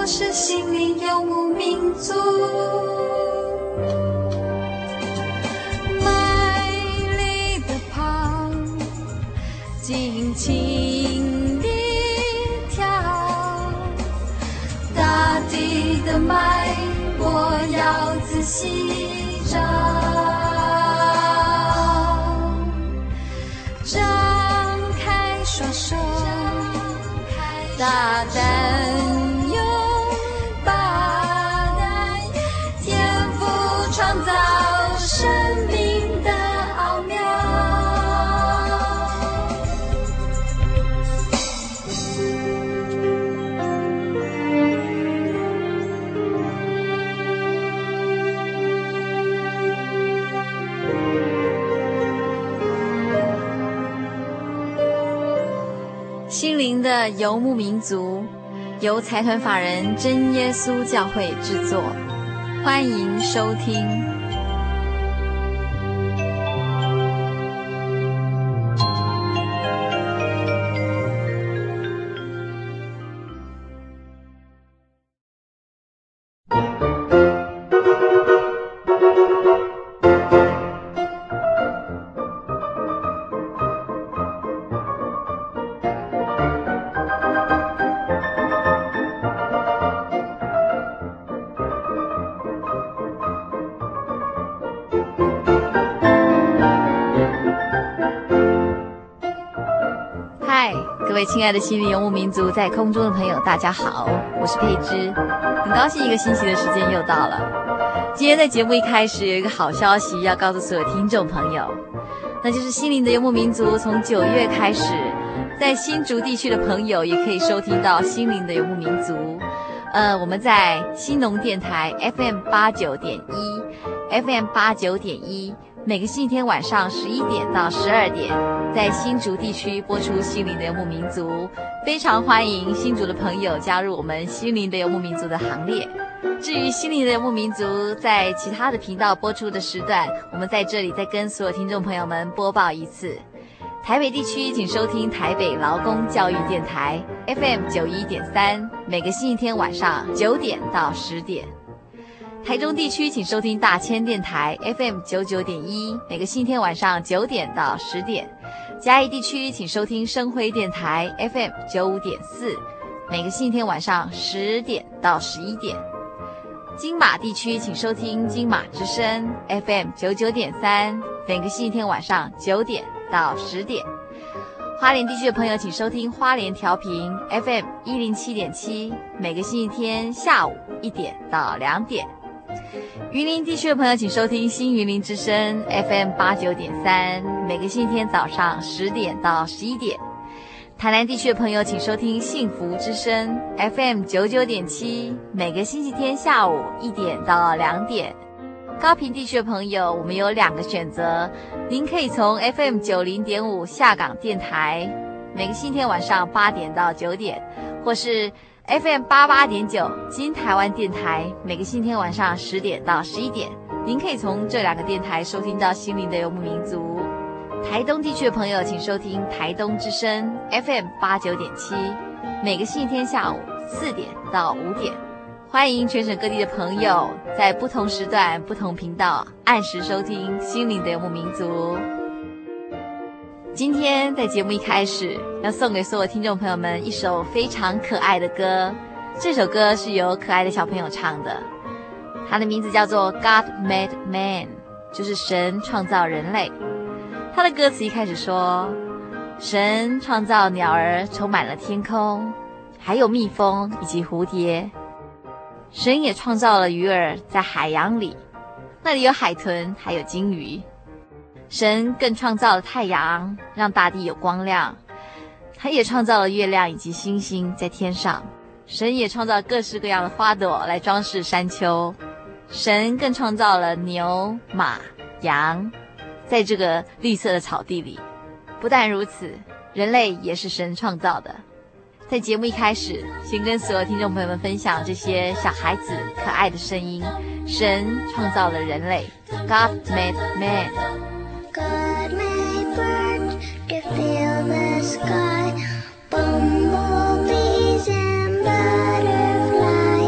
是心灵游牧民族。美丽的跑，尽情地跳，大地的脉我要仔细找，张开双手，大胆拥抱，天赋创造生命的奥妙。心灵的游牧民族，由财团法人真耶稣教会制作，欢迎收听。各位亲爱的心灵游牧民族，在空中的朋友大家好，我是佩芝，很高兴一个星期的时间又到了。今天在节目一开始有一个好消息要告诉所有听众朋友，那就是心灵的游牧民族从9月开始，在新竹地区的朋友也可以收听到心灵的游牧民族。我们在新农电台 FM89.1 每个星期天晚上11点到12点，在新竹地区播出心灵的游牧民族，非常欢迎新竹的朋友加入我们心灵的游牧民族的行列。至于心灵的游牧民族在其他的频道播出的时段，我们在这里再跟所有听众朋友们播报一次。台北地区请收听台北劳工教育电台 FM91.3，每个星期天晚上9点到10点。台中地区请收听大千电台 FM99.1， 每个星期天晚上9点到10点。嘉义地区请收听生辉电台 FM95.4， 每个星期天晚上10点到11点。金马地区请收听金马之声 FM99.3， 每个星期天晚上9点到10点。花莲地区的朋友请收听花莲调频 FM107.7， 每个星期天下午1点到2点。云林地区的朋友请收听新云林之声 FM89.3， 每个星期天早上10点到11点。台南地区的朋友请收听幸福之声 FM99.7， 每个星期天下午1点到2点。高屏地区的朋友，我们有2个选择，您可以从 FM90.5 下港电台，每个星期天晚上8点到9点，或是FM88.9 金台湾电台，每个星期天晚上10点到11点，您可以从这2个电台收听到心灵的游牧民族。台东地区的朋友请收听台东之声 FM89.7， 每个星期天下午4点到5点。欢迎全省各地的朋友在不同时段不同频道按时收听心灵的游牧民族。今天在节目一开始要送给所有听众朋友们一首非常可爱的歌，这首歌是由可爱的小朋友唱的，它的名字叫做 God Made Man， 就是神创造人类。它的歌词一开始说，神创造鸟儿充满了天空，还有蜜蜂以及蝴蝶，神也创造了鱼儿在海洋里，那里有海豚还有鲸鱼。神更创造了太阳，让大地有光亮，他也创造了月亮以及星星在天上。神也创造各式各样的花朵来装饰山丘。神更创造了牛、马、羊，在这个绿色的草地里。不但如此，人类也是神创造的。在节目一开始，先跟所有听众朋友们分享这些小孩子可爱的声音。神创造了人类 God made man。God made birds to fill the sky, bumblebees and butterflies.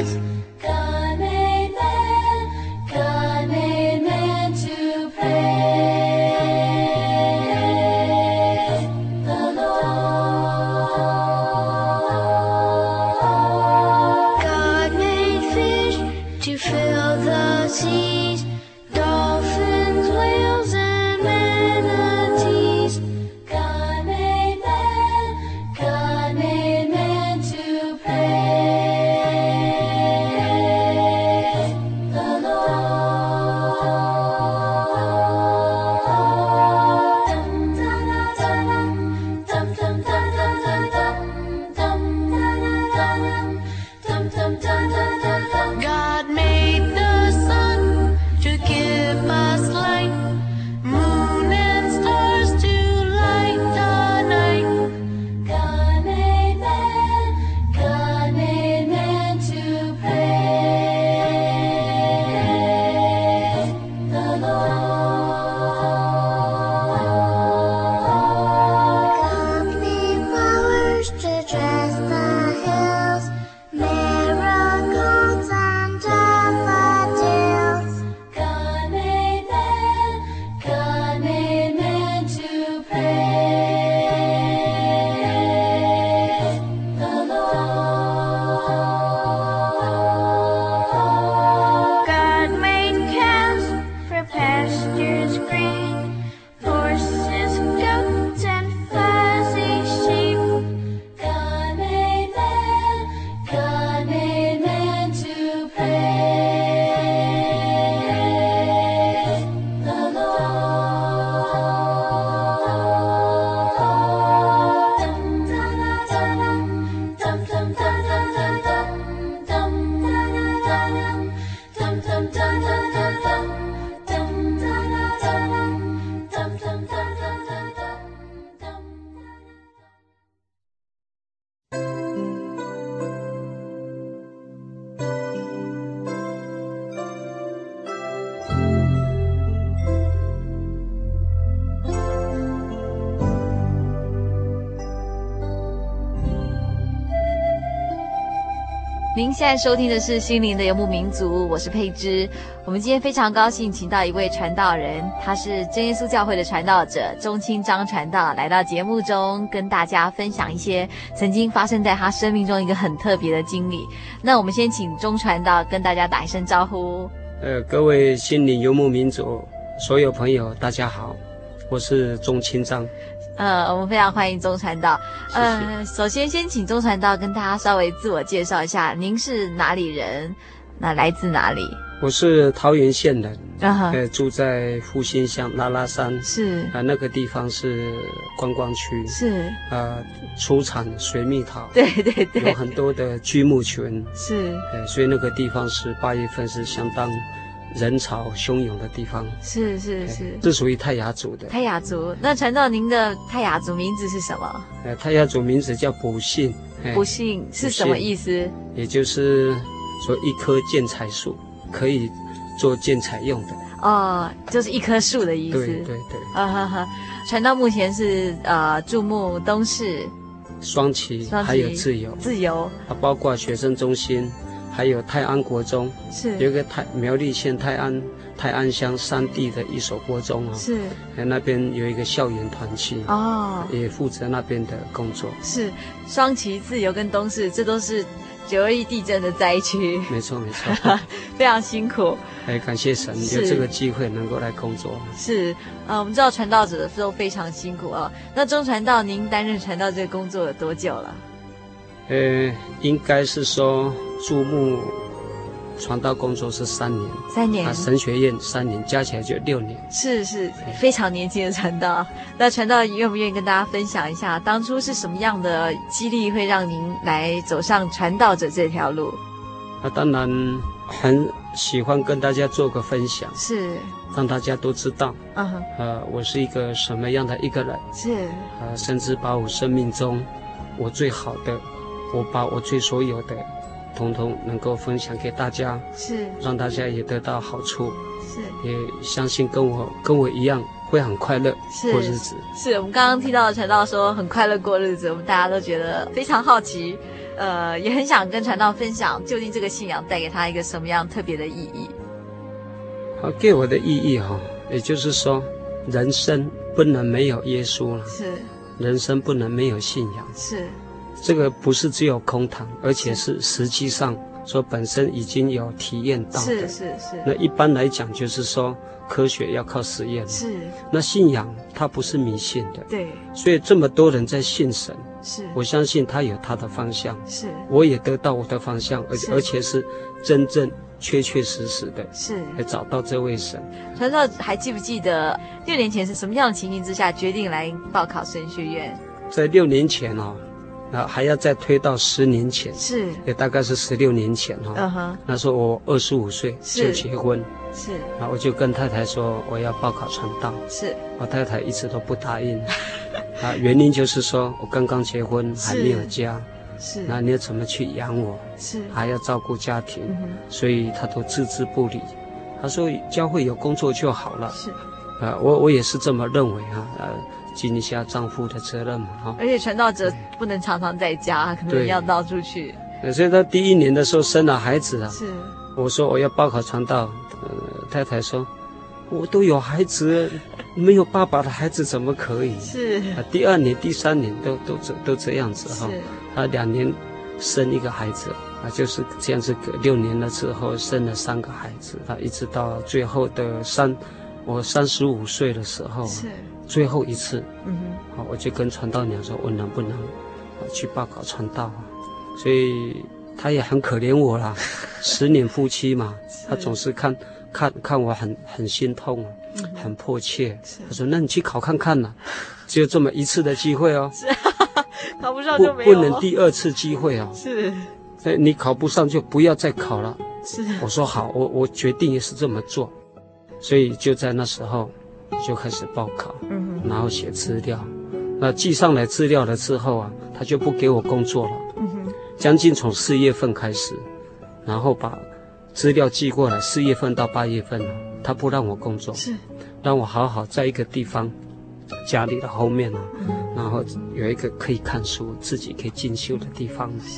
您现在收听的是心灵的游牧民族，我是佩芝。我们今天非常高兴请到一位传道人，他是真耶稣教会的传道者钟清章传道，来到节目中跟大家分享一些曾经发生在他生命中一个很特别的经历。那我们先请钟传道跟大家打一声招呼。 各位心灵游牧民族所有朋友大家好，我是钟清章。 我们非常欢迎钟传道。 谢谢。 首先请钟传道跟大家稍微自我介绍一下，您是哪里人？那来自哪里？ 我是桃园县人，住在复兴乡拉拉山， 是那个地方是观光区， 是出产水蜜桃， 对， 有很多的巨木群， 是， 所以那个地方是8月份是相当人潮汹涌的地方， 是， 这属于泰雅族的。 泰雅族，那传道您的泰雅族名字是什么？ 泰雅族名字叫卜姓。 卜姓是什么意思？ 也就是说一棵建材树可以做建材用的。 哦，就是一棵树的意思。 对。 传道目前是注目东势、 双旗还有自由，包括学生中心。还有泰安国中， 是有一个苗栗县泰安乡山地的一所国中是那边有一个校园团契也负责那边的工作。 是双旗、自由跟东势，这都是921地震的灾区。 没错， 非常辛苦。 感谢神有这个机会能够来工作。 是我们知道传道者都非常辛苦那钟传道，您担任传道这个工作有多久了？ 应该是说注目传道工作是3年 ，3年， 神学院3年，加起来就6年。 是非常年轻的传道。那传道愿不愿意跟大家分享一下，当初是什么样的激励会让您来走上传道者这条路？ 当然很喜欢跟大家做个分享， 是让大家都知道，我是一个什么样的一个人， 是甚至把我生命中我最好的，我把我最所有的统统能够分享给大家， 是让大家也得到好处， 是也相信跟我一样会很快乐过日子。 是我们刚刚听到的传道说很快乐过日子，我们大家都觉得非常好奇，也很想跟传道分享究竟这个信仰带给他一个什么样特别的意义。 好，给我的意义也就是说人生不能没有耶稣了， 是人生不能没有信仰， 是这个不是只有空谈，而且是实际上说本身已经有体验到的。 是。 那一般来讲就是说科学要靠实验， 是。 那信仰它不是迷信的， 对。 所以这么多人在信神， 是。我相信他有他的方向， 是。 我也得到我的方向，而且是真正确实的， 是来找到这位神。 传道还记不记得6年前是什么样的情形之下决定来报考神学院？ 在6年前还要再推到10年前， 是， 也大概是16年前那时候我25岁就结婚， 是， 然后我就跟太太说我要报考传道， 是， 我太太一直都不答应原因就是说我刚刚结婚还没有家，是，那你要怎么去养我，是，还要照顾家庭，所以她都置之不理。她说教会有工作就好了，是，我也是这么认为尽一下丈夫的责任嘛而且传道者不能常常在家，可能要到处去。 所以他第1年的时候生了孩子是。 我说我要报考传道，太太说，我都有孩子，没有爸爸的孩子怎么可以？ 是。 第2年、第3年都这样子是。 他2年生一个孩子就是这样子，隔6年了之后生了3个孩子一直到最后的我35岁的时候是。最后一次，我就跟传道娘说，我能不能去报考传道所以他也很可怜我啦，10年夫妻嘛，他总是看我很心痛很迫切。他说：“那你去考看看啦，只有这么1次的机会是考不上就没有不能第2次机会是， 所以你考不上就不要再考了。 是， 我说好，我决定也是这么做，所以就在那时候。就开始报考，然后写资料，那寄上来资料了之后他就不给我工作了，将近从4月份开始，然后把资料寄过来，4月份到8月份他不让我工作， 是让我好好在一个地方，家里的后面然后有一个可以看书、自己可以进修的地方， 是，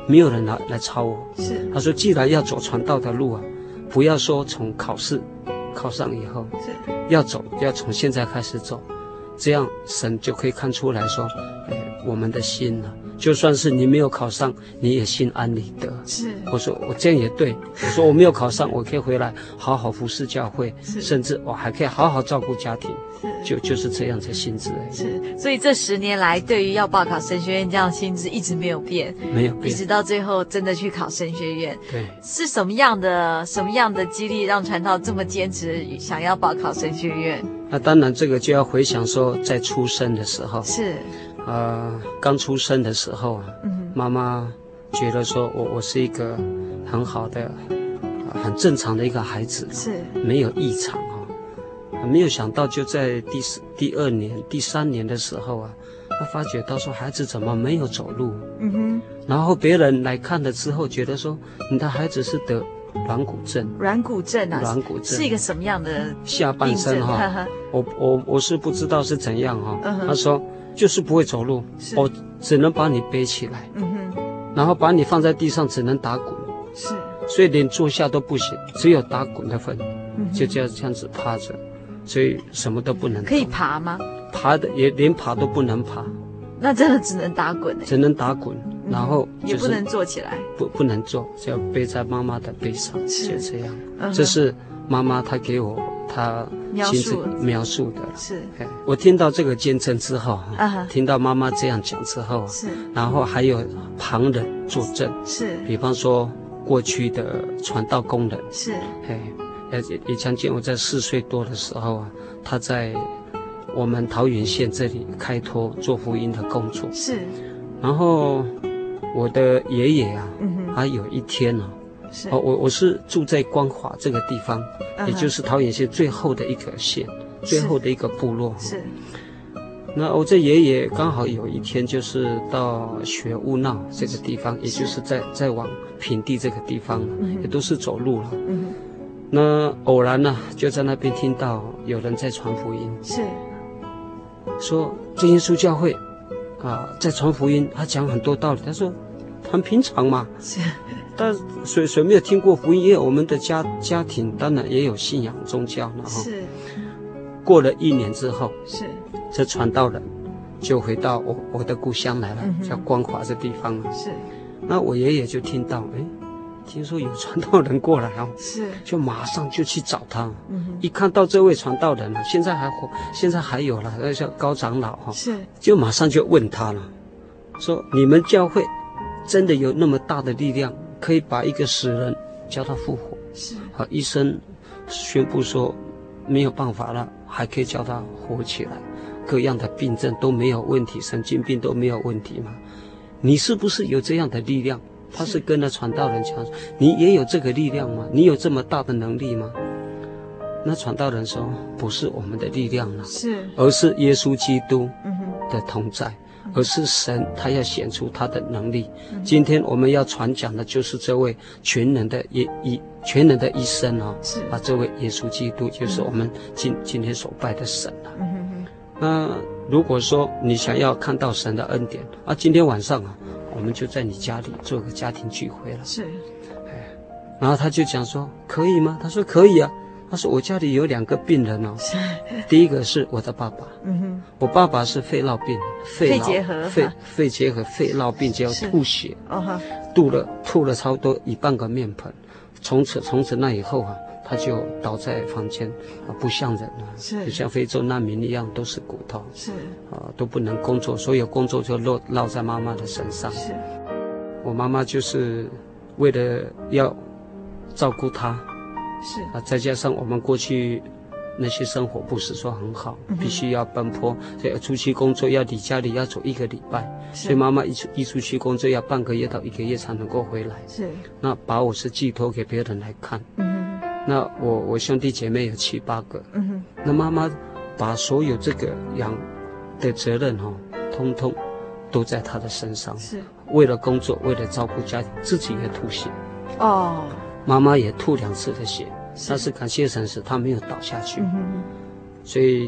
没有人来抄我。 是， 他说，既然要走传道的路啊，不要说从考试考上以后， 是要走，要从现在开始走，这样神就可以看出来说，我们的心啊，就算是你没有考上，你也心安理得。 是， 我说我这样也对，我说我没有考上，我可以回来好好服侍教会，甚至我还可以好好照顾家庭，就是这样的心智。 是，所以这10年来，对于要报考神学院这样的心智一直没有变， 没有变， 一直到最后真的去考神学院。 对， 是什么样的激励让传道这么坚持想要报考神学院？ 那当然，这个就要回想说，在出生的时候是。 刚出生的时候啊，妈妈觉得说我是一个很好的、很正常的一个孩子， 是没有异常没有想到就在第2年、第3年的时候啊，我发觉到说孩子怎么没有走路，然后别人来看了之后，觉得说你的孩子是得软骨症。软骨症是一个什么样的下半身我是不知道是怎样他说。就是不会走路，我只能把你背起来，然后把你放在地上，只能打滚，是，所以连坐下都不行，只有打滚的份，就这样子趴着，所以什么都不能动。可以爬吗？爬的也连爬都不能爬，那真的只能打滚只能打滚，然后也不能坐起来，不能坐，就要背在妈妈的背上，就这样。这是妈妈她给我。他描述的是，我听到这个见证之后，听到妈妈这样讲之后，是，然后还有旁人作证，是，比方说过去的传道工人，是，也将近我在4岁多的时候啊，他在我们桃园县这里开拓做福音的工作，是，然后我的爷爷啊，他有一天啊。我是住在光华这个地方，也就是桃园县最后的一个县，最后的一个部落。是。那我这爷爷刚好有一天就是到学务闹这个地方，也就是在往平地这个地方，也都是走路了。那偶然呢，就在那边听到有人在传福音，是说真耶稣教会在传福音，他讲很多道理，他说很平常嘛。是。但谁没有听过福音？因为我们的家庭当然也有信仰宗教，然后是过了1年之后，是这传道人就回到我的故乡来了，叫光华这地方了。是，那我爷爷就听到，听说有传道人过来是，就马上就去找他。一看到这位传道人了，现在还活，现在还有了，那叫高长老是，就马上就问他了，说你们教会真的有那么大的力量？可以把一个死人叫他复活，是医生宣布说没有办法了，还可以叫他活起来，各样的病症都没有问题，神经病都没有问题嘛？你是不是有这样的力量？他是跟那传道人讲，你也有这个力量吗？你有这么大的能力吗？那传道人说，不是我们的力量了，是，而是耶稣基督的同在。而是神他要显出他的能力。今天我们要传讲的就是这位全能的医生是这位耶稣基督就是我们今天所拜的神那如果说你想要看到神的恩典今天晚上我们就在你家里做个家庭聚会了。是，然后他就讲说可以吗？他说可以啊。他说我家里有2个病人第一个是我的爸爸，我爸爸是肺痨病，肺结核肺痨病就要吐血，吐了差不多1半个面盆，从此那以后他就倒在房间不像人了，就像非洲难民一样，都是骨头，是都不能工作，所有工作就落在妈妈的身上。是，我妈妈就是为了要照顾他。是再加上我们过去那些生活不是说很好，必须要奔波，所以出去工作要离家里要走1个礼拜，所以妈妈一出去工作要半个月到1个月才能够回来。是，那把我是寄托给别人来看。那我兄弟姐妹有7、8个。那妈妈把所有这个养的责任通通都在她的身上。是，为了工作，为了照顾家庭，自己也吐血。妈妈也吐2次的血，但是感谢神是她没有倒下去。所以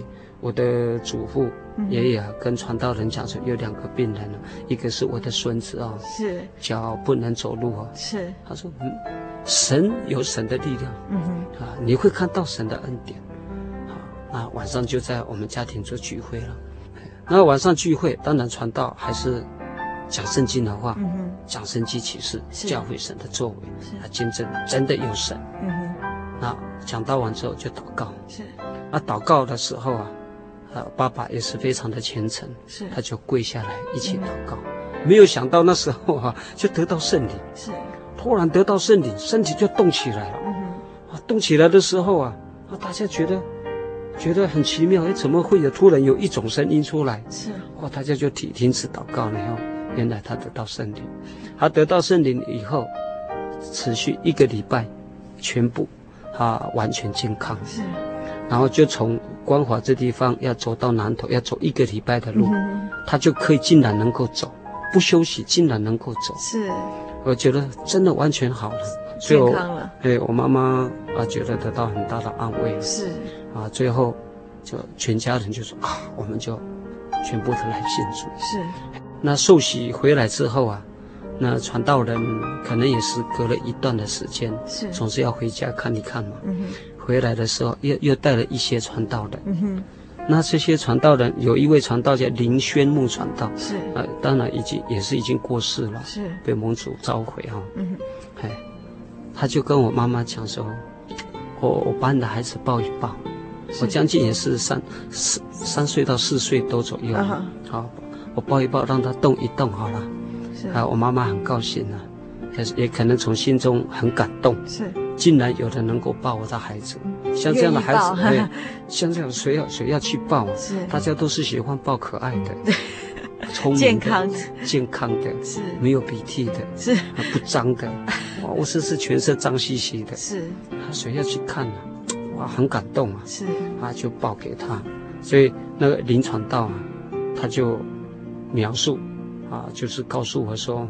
我的祖父爷爷跟传道人讲说，有2个病人了，一个是我的孙子啊，是脚不能走路啊，是他说，神有神的力量，你会看到神的恩典，那晚上就在我们家庭做聚会了。那晚上聚会，当然传道还是讲圣经的话，讲神迹启示，教会神的作为，见证真的有神。那讲道完之后就祷告，那祷告的时候啊，爸爸也是非常的虔诚，他就跪下来一起祷告。没有想到那时候啊，就得到圣灵，突然得到圣灵，身体就动起来了。动起来的时候啊，大家觉得很奇妙，怎么会突然有一种声音出来？大家就停止祷告了以后，原来他得到圣灵。他得到圣灵以后，持续1个礼拜，全部完全健康。然后就从光华这地方要走到南投，要走1个礼拜的路，他就可以竟然能够走，不休息，竟然能够走。我觉得真的完全好了，所以健康了。 我妈妈觉得得到很大的安慰。最后就全家人就说我们就全部都来信主。那受洗回来之后啊，那传道人可能也是隔了一段的时间，总是要回家看一看嘛。回来的时候又带了一些传道人。那这些传道人有一位传道叫林宣木传道，当然也是已经过世了，被蒙主召回他就跟我妈妈讲说，我把你的孩子抱一抱。我将近也是3岁到4岁多左右，好，我抱一抱，让他动一动好了。我妈妈很高兴啊，也可能从心中很感动，竟然有人能够抱我的孩子，像这样的孩子，像这样谁要去抱？大家都是喜欢抱可爱的，聪明的、健康的，没有鼻涕的，不脏的，我是全身脏兮兮的，谁要去看呢？很感动啊，就报给他，所以那个林传道啊，他就描述就是告诉我说，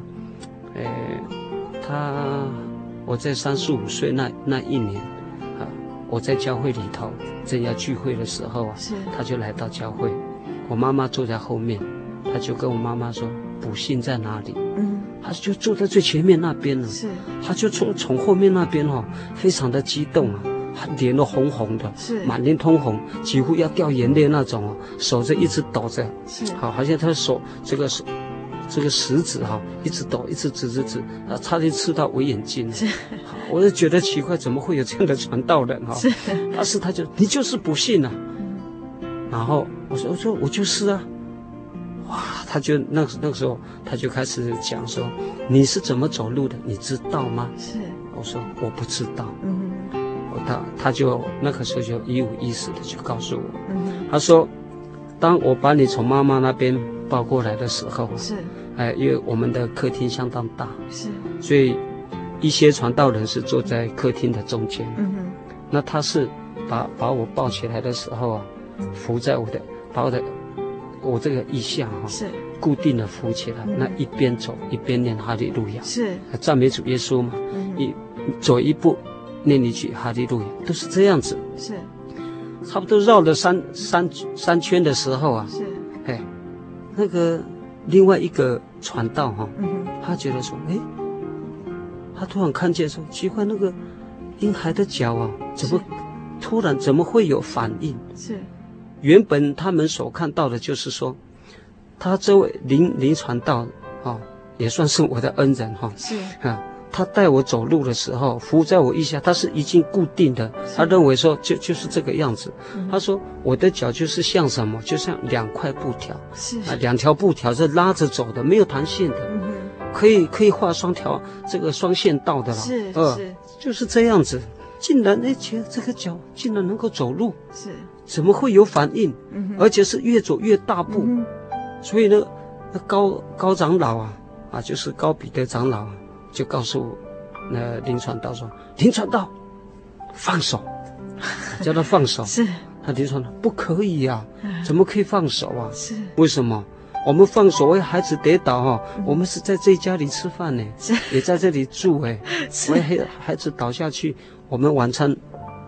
我在35岁那一年我在教会里头正要聚会的时候他就来到教会，我妈妈坐在后面，他就跟我妈妈说补信在哪里？他就坐在最前面那边了，他就从后面那边非常的激动啊。脸都红红的，满脸通红，几乎要掉眼泪那种手就一直抖着，好像他的手这个食指一直抖，一直指，差点刺到我眼睛。我就觉得奇怪，怎么会有这样的传道人但是他就你就是不信啊，然后我说我就是啊，他就那个时候他就开始讲说你是怎么走路的，你知道吗？我说我不知道。他就那个时候就一五一十的就告诉我，他说，当我把你从妈妈那边抱过来的时候，因为我们的客厅相当大，所以一些传道人是坐在客厅的中间，那他是把我抱起来的时候扶在我这个腋下固定的扶起来，那一边走一边念哈利路亚，赞美主耶稣嘛，走一步。念一句哈利路亚，都是这样子，差不多绕了三圈的时候那个另外一个传道他觉得说，他突然看见说，奇怪，那个婴孩的脚怎么会有反应？原本他们所看到的就是说，他这位林传道也算是我的恩人他带我走路的时候，扶在我腋下，他是已经固定的。他认为说就是这个样子。他说我的脚就是像什么，就像2块布条，2条布条是拉着走的，没有弹性的，可以画双线道的了。就是这样子。竟然这个脚竟然能够走路，怎么会有反应？而且是越走越大步。所以呢，高长老就是高彼得长老就告诉那林传道说：“林传道，放手，叫他放手。”他林传道不可以啊，怎么可以放手啊？为什么？我们放手为孩子跌倒我们是在这家里吃饭呢，也在这里住为孩子倒下去，我们晚餐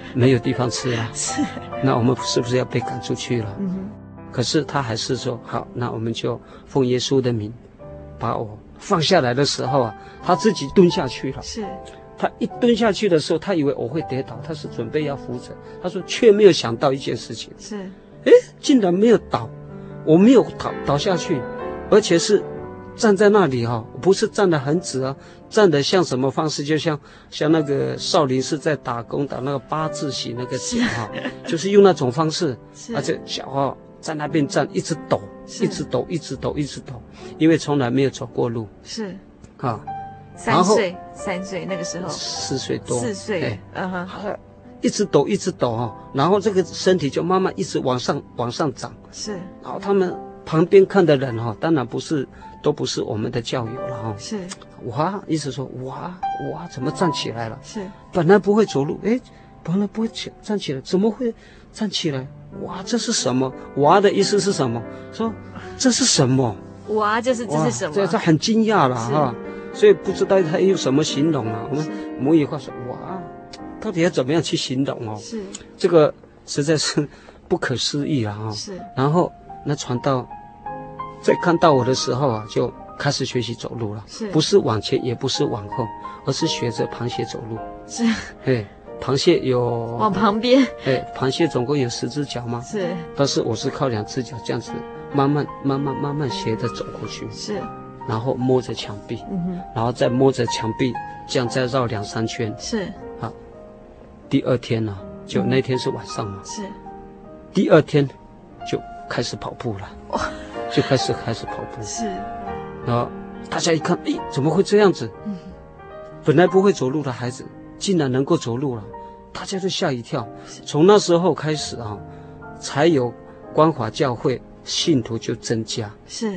没有地方吃了，是，那我们是不是要被赶出去了？可是他还是说好，那我们就奉耶稣的名把我放下来的时候啊，他自己蹲下去了。是，他一蹲下去的时候，他以为我会跌倒，他是准备要扶着，他说却没有想到一件事情，是，竟然没有倒，我没有倒下去，而且是站在那里哈，不是站得很直啊，站得像什么方式，就像那个少林寺在打那个八字形那个脚哈，就是用那种方式，而且脚啊在那边站，一直抖，一直抖，一直抖，一直抖，因为从来没有走过路。是，啊 ，3岁那个时候 ，4岁多 ，4岁， 一直抖，一直抖哈，然后这个身体就慢慢一直往上涨。是，然后他们旁边看的人哈，当然都不是我们的教友了哈。是，哇，一直说哇，怎么站起来了？是，本来不会走路，本来不会站起来，怎么会站起来？哇，这是什么？哇的意思是什么？说这是什么？ 哇，就是这是什么？ 这很惊讶了哈，所以不知道他用什么形容啊。我们母语话说哇，到底要怎么样去形容哦？是，这个实在是不可思议了哈。是，然后那传道在看到我的时候啊，就开始学习走路了，是，不是往前，也不是往后，而是学着螃蟹走路。是，螃蟹有往旁边， 螃蟹总共有10只脚吗？是，但是我是靠2只脚这样子慢慢斜着走过去。是，然后摸着墙壁，然后再摸着墙壁，这样再绕2-3圈。是，好，第2天呢，就那天是晚上嘛。是，第2天就开始跑步了，就开始跑步。是，然后大家一看，怎么会这样子？本来不会走路的孩子，竟然能够走路了，大家都吓一跳。从那时候开始啊，才有光华教会信徒就增加。是，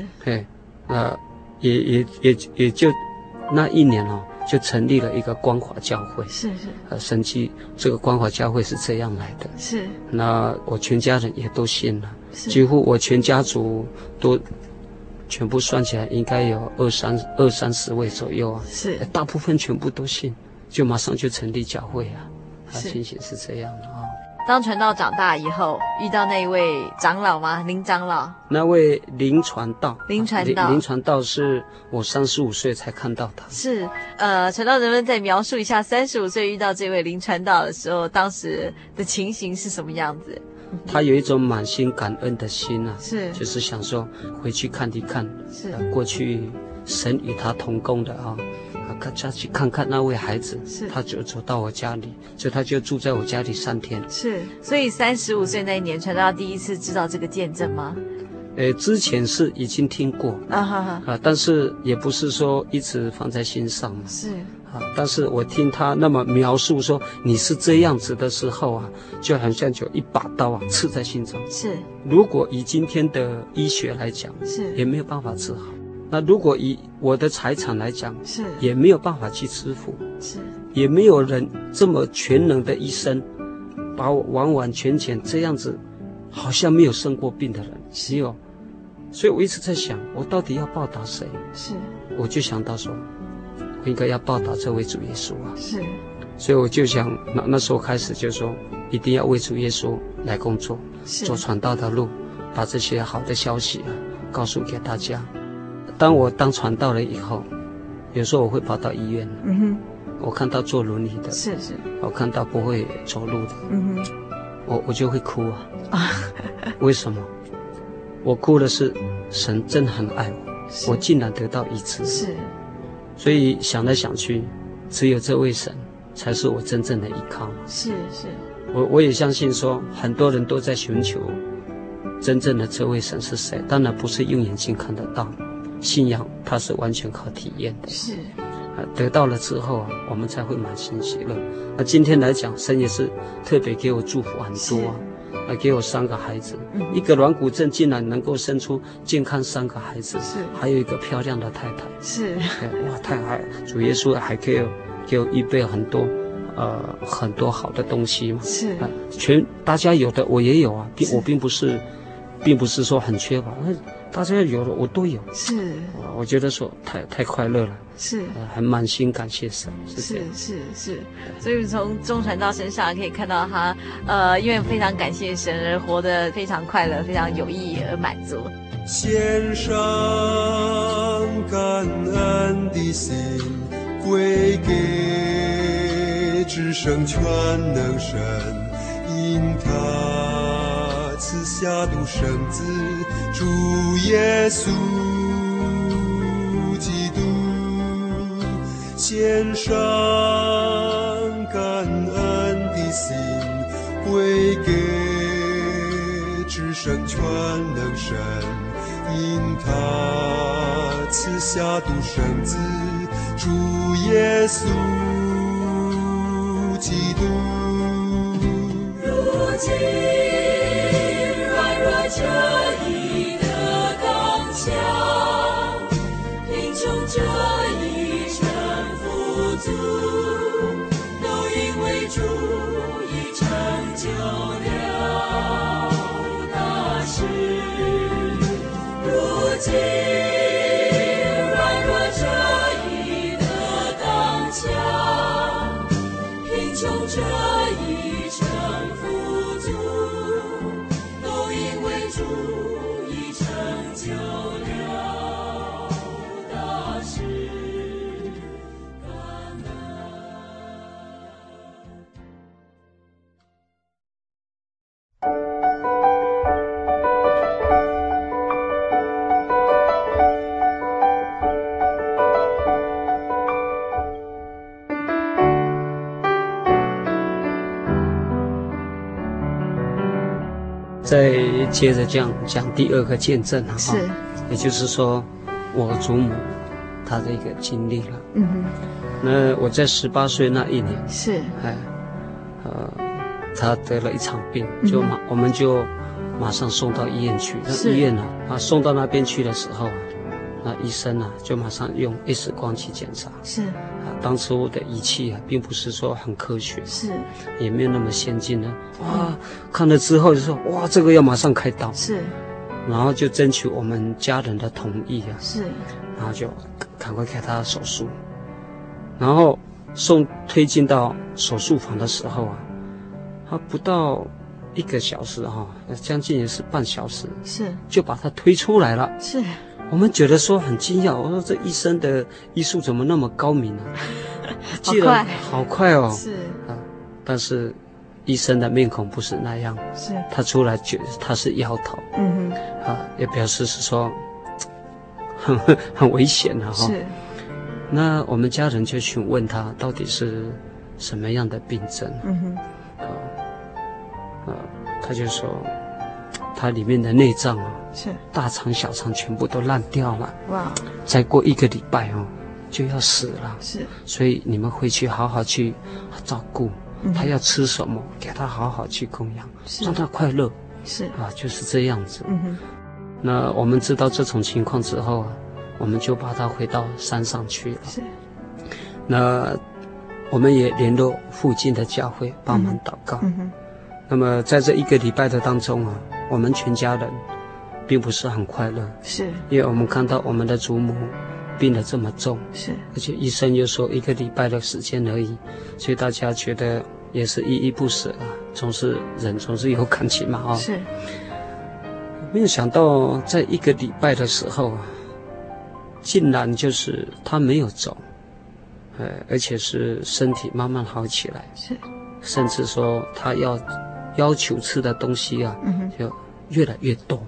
也就那1年哦，就成立了一个光华教会。是，神奇这个光华教会是这样来的。是，那我全家人也都信了，几乎我全家族都全部算起来应该有20-30位左右啊。是，大部分全部都信。就马上就成立教会啊，情形是这样的啊。 当传道长大以后，遇到那一位长老吗？林长老？ 那位林传道。 林传道是我35岁才看到他。 是，传道能不能再描述一下35岁遇到这位林传道的时候，当时的情形是什么样子？ 他有一种满心感恩的心啊，是，就是想说回去看一看，是，过去神与他同工的啊。他去看看那位孩子，是，他就走到我家里，所以他就住在我家里3天。是， 所以35岁那一年，传道第一次知道这个见证吗？ 之前是已经听过但是也不是说一直放在心上嘛。是但是我听他那么描述说你是这样子的时候啊，就好像就一把刀啊刺在心上。是，如果以今天的医学来讲，是也没有办法治好。那如果以我的财产来讲，是也没有办法去支付，是也没有人这么全能的医生，把我完完全全这样子，好像没有生过病的人，只有，所以我一直在想，我到底要报答谁？是，我就想到说，我应该要报答这位主耶稣啊。是，所以我就想，那时候开始就说，一定要为主耶稣来工作，走传道的路，把这些好的消息啊告诉给大家。当我当传道了以后，有时候我会跑到医院，我看到坐轮椅的，是，我看到不会走路的，我就会哭啊。为什么？我哭的是神真的很爱我，我竟然得到医治。是，所以想来想去，只有这位神才是我真正的依靠。是，我也相信说，很多人都在寻求真正的这位神是谁，当然不是用眼睛看得到。信仰它是完全靠体验的，是，得到了之后啊，我们才会满心喜乐。那今天来讲，神也是特别给我祝福很多啊，给我3个孩子，一个软骨症竟然能够生出健康3个孩子，是，还有一个漂亮的太太，是，哇，太好了！主耶稣还给我预备很多好的东西嘛，是，大家有的我也有啊，我并不是说很缺乏。 大家有的我都有， 是， 我觉得说太快乐了， 是， 很满心感谢神， 是，所以从钟传道身上可以看到他，因为非常感谢神而活得非常快乐，非常有意义而满足。 献上感恩的心，归给至圣全能神，因他赐下独生子主耶稣基督，献上感恩的心，归给至圣全能神，因他赐下独生子主耶稣基督。 如今软弱者已得刚强，贫穷者已成富足，都因为主已成就了大事。如今软弱者已得刚强，贫穷者已成富足，都因为主已成就了大事。感恩。 再接着讲第二个见证啊， 是， 也就是说我祖母她的一个经历了。 嗯哼， 那我在18岁那一年， 是， 她得了一场病，我们就马上送到医院去。那医院送到那边去的时候那医生就马上用 X 光去检查。 是， 当初的仪器并不是说很科学， 是， 也没有那么先进的。看了之后就说哇，这个要马上开刀。 是， 然后就争取我们家人的同意是， 然后就赶快给他手术。然后推进到手术房的时候他不到1个小时将近也是半小时， 是， 就把他推出来了。 是， 我们觉得说很惊讶，我说这医生的医术怎么那么高明既然好快哦。 是但是医生的面孔不是那样， 是他出来觉得他是摇头，也表示是说很危险是。 那我们家人就询问他到底是什么样的病症，他就说他里面的内脏是大肠小肠全部都烂掉了， 哇， 再过1个礼拜就要死了， 是， 所以你们回去好好去照顾，他要吃什么给他好好去供养，让他快乐， 是就是这样子。那我们知道这种情况之后我们就把他回到山上去了。 是， 那我们也联络附近的教会帮忙祷告。那么在这1个礼拜的当中我们全家人并不是很快乐， 是， 因为我们看到我们的祖母病得这么重， 是， 而且医生又说1个礼拜的时间而已，所以大家觉得也是依依不舍人总是有感情嘛是。 没有想到在1个礼拜的时候竟然就是他没有走，而且是身体慢慢好起来， 是， 甚至说他要求吃的东西就越来越多。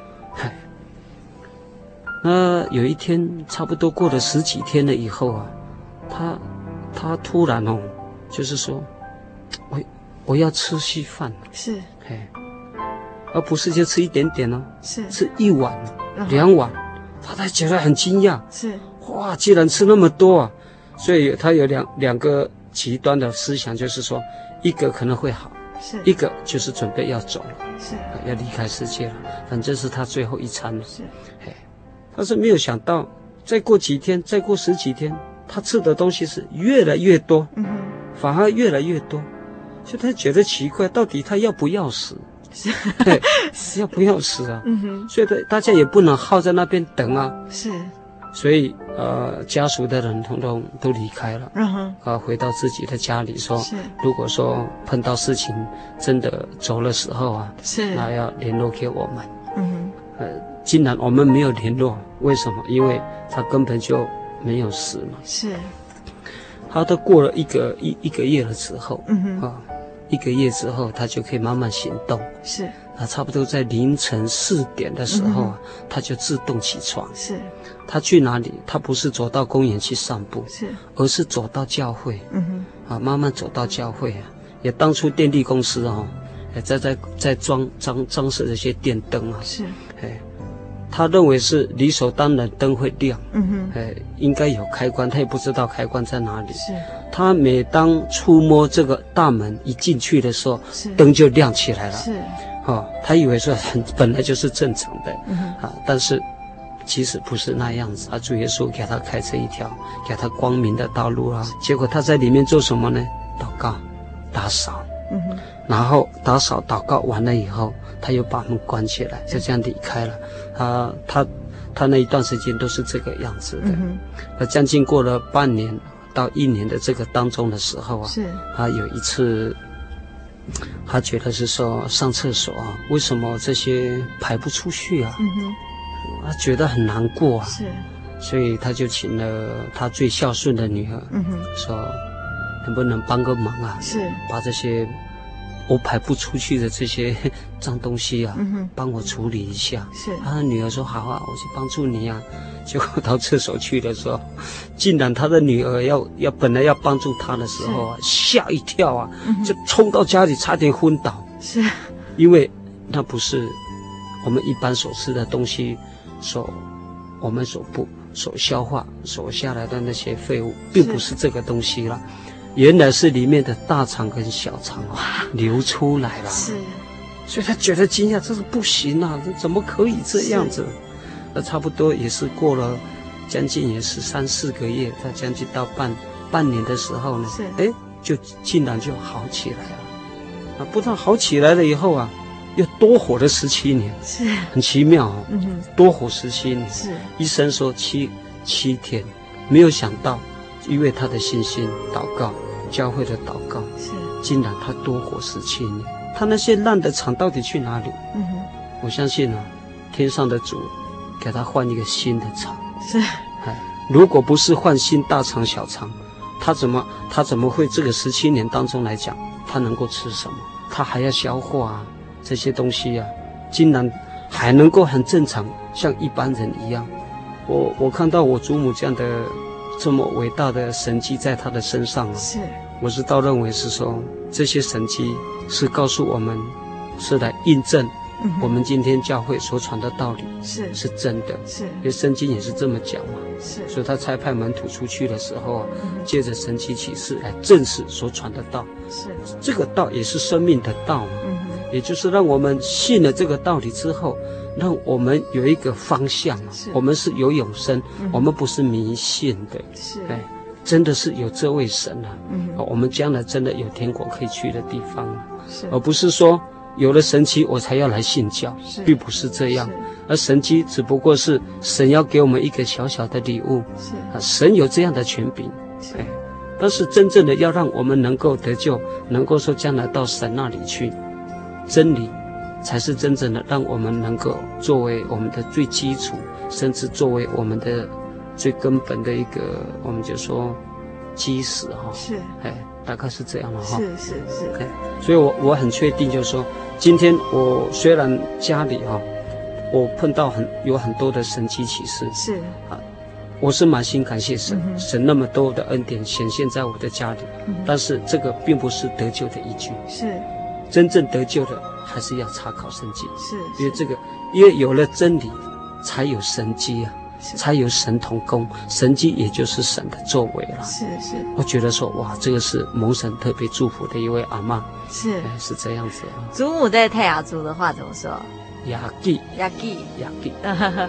那有一天差不多过了10几天了以后他突然就是说我要吃稀饭， 是， 而不是就吃一点点是吃1碗2碗，他才觉得很惊讶， 是， 哇，竟然吃那么多所以他有两个极端的思想，就是说一个可能会好， 是， 一个就是准备要走了， 是， 要离开世界了，反正是他最后一餐了。 是， 但是没有想到再过10几天他吃的东西是越来越多，反而越来越多，所以他觉得奇怪，到底他要不要死？ 死要不要死啊？所以大家也不能耗在那边等啊。 是。 所以家属的人统统都离开了，回到自己的家里说，如果说碰到事情真的走的时候啊，那要联络给我们。既然我们没有联络，为什么？因为他根本就没有死嘛。是。他都过了一个月了之后，1个月之后，他就可以慢慢行动。是。他差不多在凌晨4点的时候啊，他就自动起床。是。他去哪里？他不是走到公园去散步，而是走到教会。慢慢走到教会啊。也当初电力公司也在装饰这些电灯啊。是。他认为是理所当然灯会亮。应该有开关，他也不知道开关在哪里。是。他每当触摸这个大门一进去的时候，灯就亮起来了。是。他以为说本来就是正常的。但是其实不是那样子。主耶稣给他开这一条给他光明的道路啊。结果他在里面做什么呢？祷告、打扫。然后打扫祷告完了以后，他又把门关起来，就这样离开了。他那一段时间都是这个样子的。将近过了半年到1年的这个当中的时候啊，他有一次，他觉得是说上厕所啊，为什么这些排不出去啊？他觉得很难过啊。是。所以他就请了他最孝顺的女儿，说能不能帮个忙啊？是。把这些我排不出去的这些脏东西啊，帮我处理一下。是。他的女儿说好啊，我去帮助你啊。结果到厕所去的时候，竟然他的女儿本来要帮助他的时候啊，吓一跳啊，就冲到家里差点昏倒。是。因为那不是我们一般所吃的东西，我们所消化所下来的那些废物，并不是这个东西了。原来是里面的大肠跟小肠流出来了。是。所以他觉得惊讶，这是不行啊，这怎么可以这样子？那差不多也是过了将近也是3、4个月，他将近到半年的时候呢，就竟然就好起来了。不但好起来了以后啊，又多活了17年，是很奇妙哦。多活17年，是医生说7天，没有想到，因为他的信心祷告，教会的祷告，是竟然他多活17年。他那些烂的肠到底去哪里？我相信天上的主给他换一个新的肠。是。如果不是换新大肠小肠，他怎么会这个17年当中来讲，他能够吃什么？他还要消化这些东西啊，竟然还能够很正常，像一般人一样。我看到我祖母这样的这么伟大的神迹在他的身上是，我是倒认为是说这些神迹是告诉我们，是来印证我们今天教会所传的道理是真的。是，因为圣经也是这么讲嘛。是，所以他差派门徒出去的时候借着神奇启示来证实所传的道。是，这个道也是生命的道嘛。也就是让我们信了这个道理之后，让我们有一个方向我们是有永生，我们不是迷信的。是，真的是有这位神我们将来真的有天国可以去的地方是，而不是说有了神迹我才要来信教，并不是这样。而神迹只不过是神要给我们一个小小的礼物。是，神有这样的权柄。但是真正的要让我们能够得救，能够说将来到神那里去，真理才是真正的让我们能够作为我们的最基础，甚至作为我们的最根本的一个，我们就说基石是，大概是这样的是。所以我很确定，就是说，今天我虽然家里我碰到有很多的神奇启示是我是满心感谢神，神那么多的恩典显现在我的家里，但是这个并不是得救的依据。是，真正得救的还是要查考圣经。是，因为有了真理，才有神迹才有神同工，神迹也就是神的作为了。是，我觉得说哇，这个是蒙神特别祝福的一位阿嬷。是这样子祖母在泰雅族的话怎么说？ 雅基。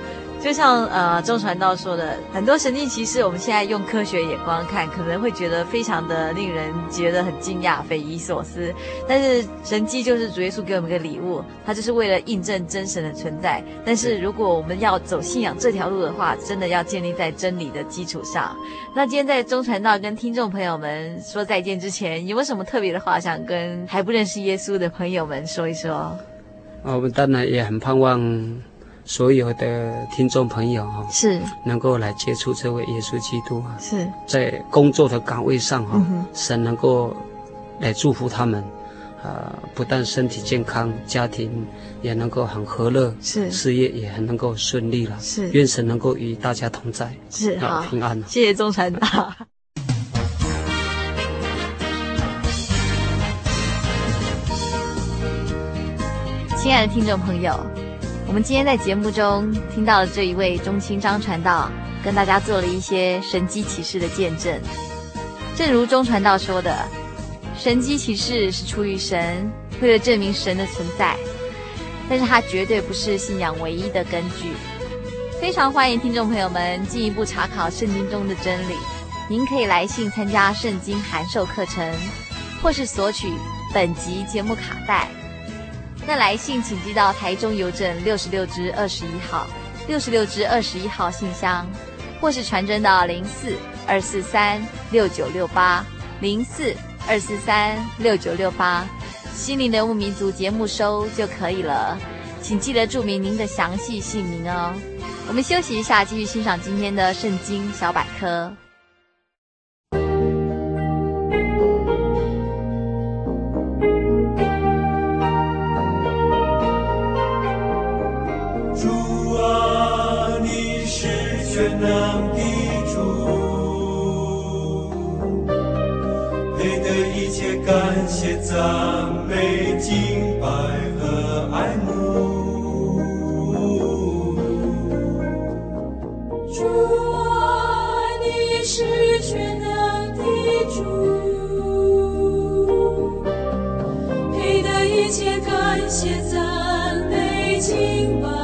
就像中传道说的，很多神迹奇事我们现在用科学眼光看，可能会觉得非常的令人觉得很惊讶、匪夷所思。但是神迹就是主耶稣给我们一个礼物，它就是为了印证真神的存在。但是如果我们要走信仰这条路的话，真的要建立在真理的基础上。那今天在中传道跟听众朋友们说再见之前，有没有什么特别的话想跟还不认识耶稣的朋友们说一说？ 我们当然也很盼望所有的听众朋友是能够来接触这位耶稣基督是在工作的岗位上神能够来祝福他们不但身体健康，家庭也能够很和乐，是事业也很能够顺利了，是愿神能够与大家同在，是好平安。 谢谢中传道。亲爱的听众朋友，我们今天在节目中听到了这一位中青张传道跟大家做了一些神迹奇事的见证。正如中传道说的，神迹奇事是出于神，为了证明神的存在，但是它绝对不是信仰唯一的根据。非常欢迎听众朋友们进一步查考圣经中的真理。您可以来信参加圣经函授课程，或是索取本集节目卡带。那来信请寄到台中邮政66支21号66支21号信箱，或是传真到04-243-6968 04-243-6968，心灵的游牧民族节目收就可以了，请记得注明您的详细姓名哦。我们休息一下，继续欣赏今天的圣经小百科。 全能的主，配得一切感谢、赞美、敬拜和爱慕。 主啊，你是全能的主，配得一切感谢、赞美、敬拜。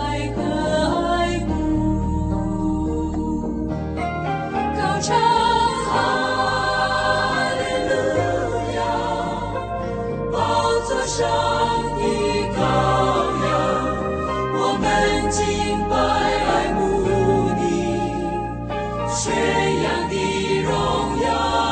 唱哈利路亚，宝座上的羔羊，我们敬拜爱慕你，宣扬你荣耀。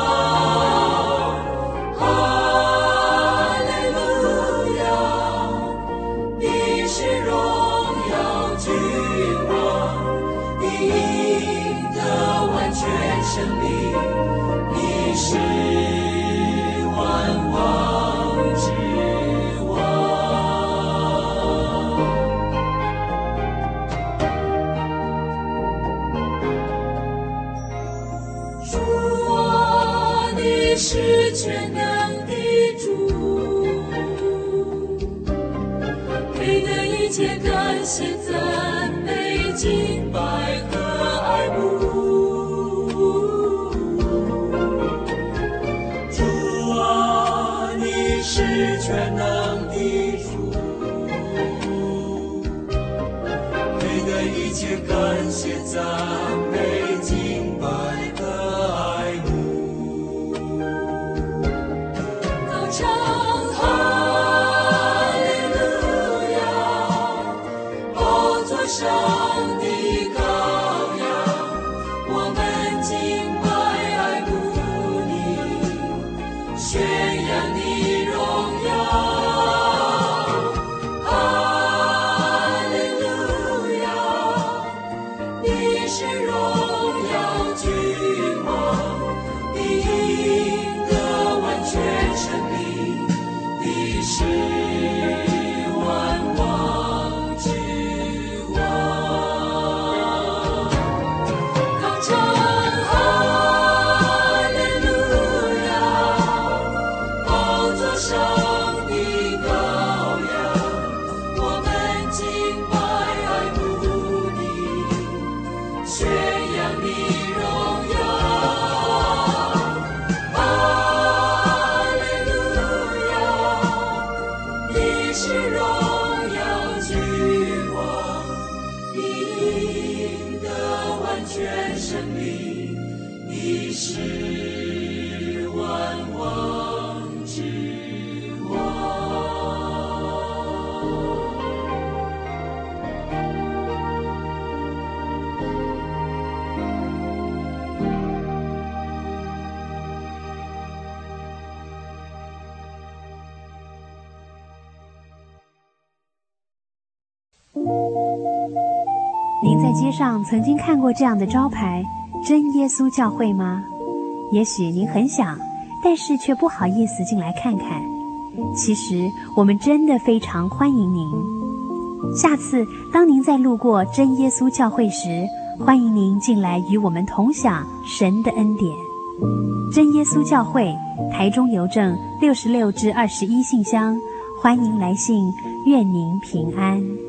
哈利路亚，你是荣耀君王，你的完全胜利，你是万王之王。主啊，你是全能的主，配得一切感谢、赞美、敬拜和爱慕。 全能的主，配得一切感谢、赞美、敬拜和爱慕。 高唱哈利路亚，宝座上的羔羊，我们敬拜爱慕你，宣扬你荣耀。哈利路亚，你是荣耀君王，你赢得完全胜利，你是万王之王。高唱哈利路亚，宝座上的您在街上曾经看过这样的招牌“真耶稣教会”吗？也许您很想，但是却不好意思进来看看。其实我们真的非常欢迎您。下次当您再路过真耶稣教会时，欢迎您进来与我们同享神的恩典。真耶稣教会，台中邮政66至21信箱，欢迎来信，愿您平安。